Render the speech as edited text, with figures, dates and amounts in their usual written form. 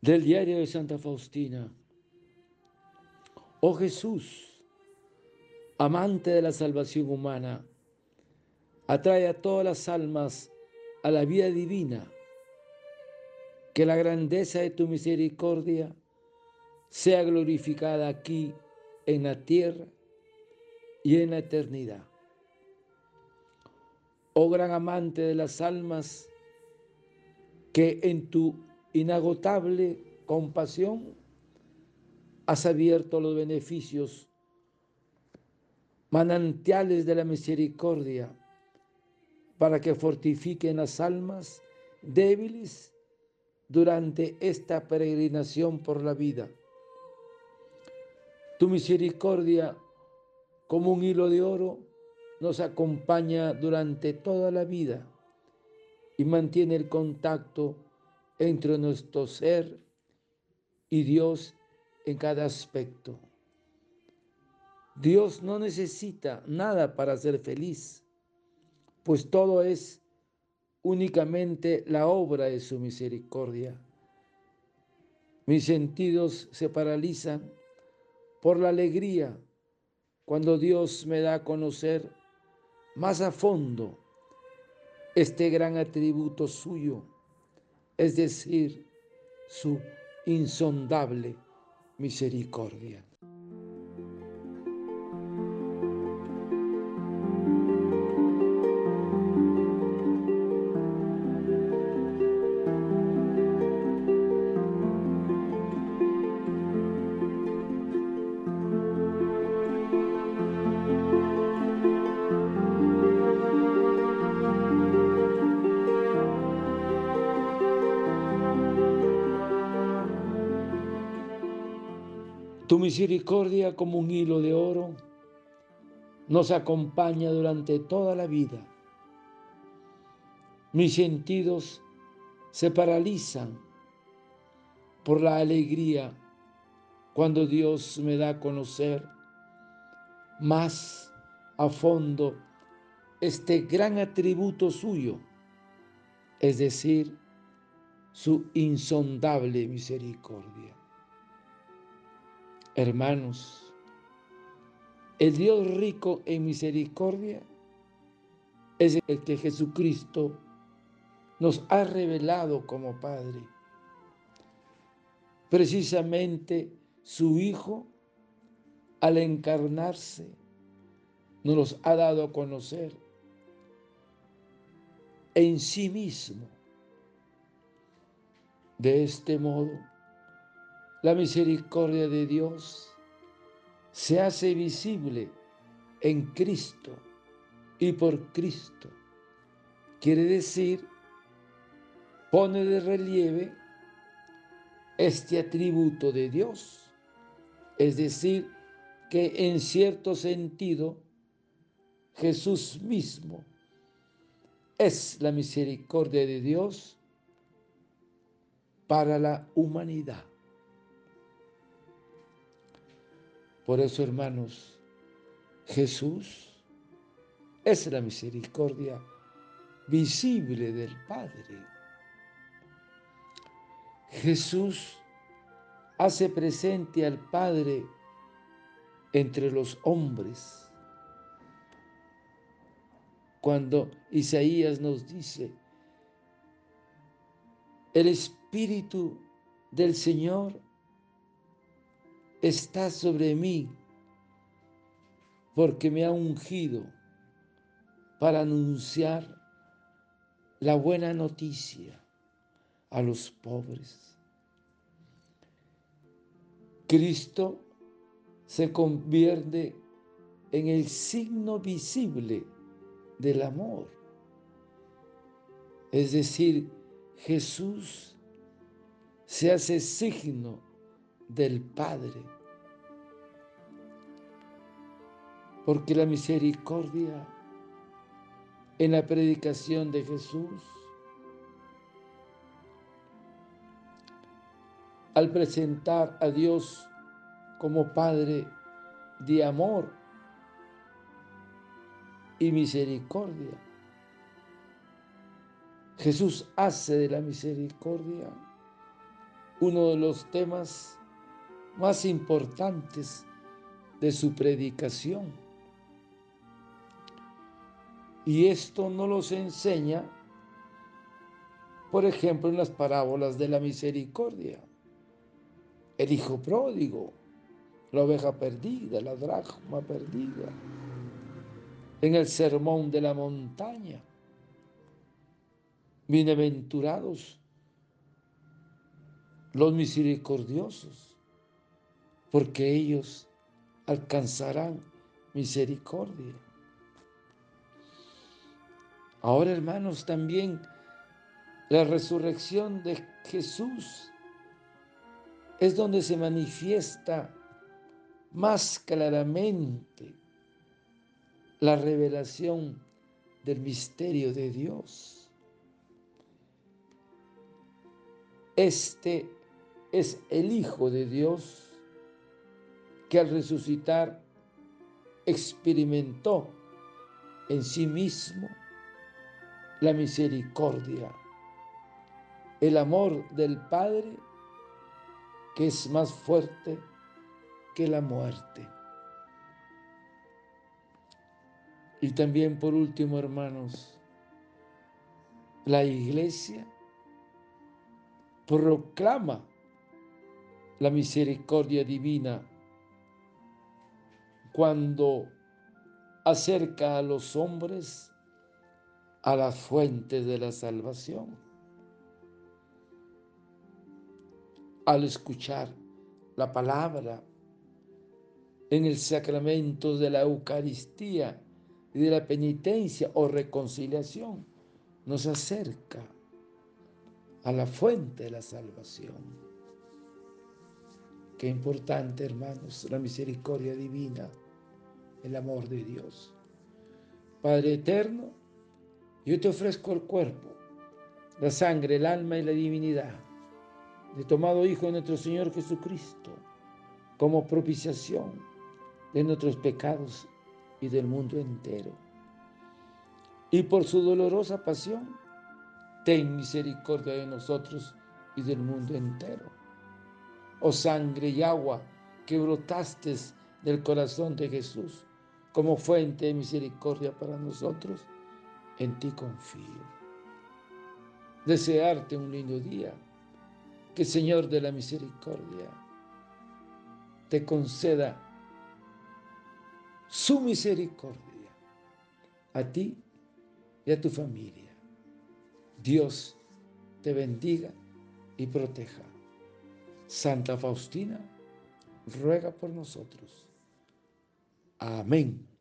Del diario de Santa Faustina. Oh Jesús, amante de la salvación humana, atrae a todas las almas a la vida divina. Que la grandeza de tu misericordia sea glorificada aquí en la tierra y en la eternidad. Oh gran amante de las almas, que en tu inagotable compasión has abierto los beneficios, manantiales de la misericordia, para que fortifiquen las almas débiles durante esta peregrinación por la vida. Tu misericordia, como un hilo de oro, nos acompaña durante toda la vida y mantiene el contacto entre nuestro ser y Dios en cada aspecto. Dios no necesita nada para ser feliz, pues todo es únicamente la obra de su misericordia. Mis sentidos se paralizan por la alegría cuando Dios me da a conocer más a fondo este gran atributo suyo, es decir, su insondable misericordia. Tu misericordia, como un hilo de oro, nos acompaña durante toda la vida. Mis sentidos se paralizan por la alegría cuando Dios me da a conocer más a fondo este gran atributo suyo, es decir, su insondable misericordia. Hermanos, el Dios rico en misericordia es el que Jesucristo nos ha revelado como Padre. Precisamente su Hijo, al encarnarse, nos los ha dado a conocer en sí mismo. De este modo, la misericordia de Dios se hace visible en Cristo y por Cristo. Quiere decir, pone de relieve este atributo de Dios, es decir, que en cierto sentido Jesús mismo es la misericordia de Dios para la humanidad. Por eso, hermanos, Jesús es la misericordia visible del Padre. Jesús hace presente al Padre entre los hombres. Cuando Isaías nos dice, el Espíritu del Señor está sobre mí, porque me ha ungido para anunciar la buena noticia a los pobres. Cristo se convierte en el signo visible del amor. Es decir, Jesús se hace signo del Padre. Porque la misericordia en la predicación de Jesús, al presentar a Dios como Padre de amor y misericordia, Jesús hace de la misericordia uno de los temas más importantes de su predicación. Y esto nos los enseña, por ejemplo, en las parábolas de la misericordia. El hijo pródigo, la oveja perdida, la dracma perdida. En el sermón de la montaña. Bienaventurados los misericordiosos, porque ellos alcanzarán misericordia. Ahora, hermanos, también la resurrección de Jesús es donde se manifiesta más claramente la revelación del misterio de Dios. Este es el Hijo de Dios que al resucitar experimentó en sí mismo la misericordia, el amor del Padre que es más fuerte que la muerte. Y también, por último, hermanos, la Iglesia proclama la misericordia divina cuando acerca a los hombres a la fuente de la salvación. Al escuchar la palabra en el sacramento de la Eucaristía y de la penitencia o reconciliación, nos acerca a la fuente de la salvación. Qué importante, hermanos, la misericordia divina, el amor de Dios. Padre eterno, yo te ofrezco el cuerpo, la sangre, el alma y la divinidad de tu amado Hijo de nuestro Señor Jesucristo, como propiciación de nuestros pecados y del mundo entero. Y por su dolorosa pasión, ten misericordia de nosotros y del mundo entero. Oh sangre y agua que brotaste del corazón de Jesús como fuente de misericordia para nosotros, en ti confío. Desearte un lindo día, que el Señor de la misericordia te conceda su misericordia a ti y a tu familia. Dios te bendiga y proteja. Santa Faustina, ruega por nosotros. Amén.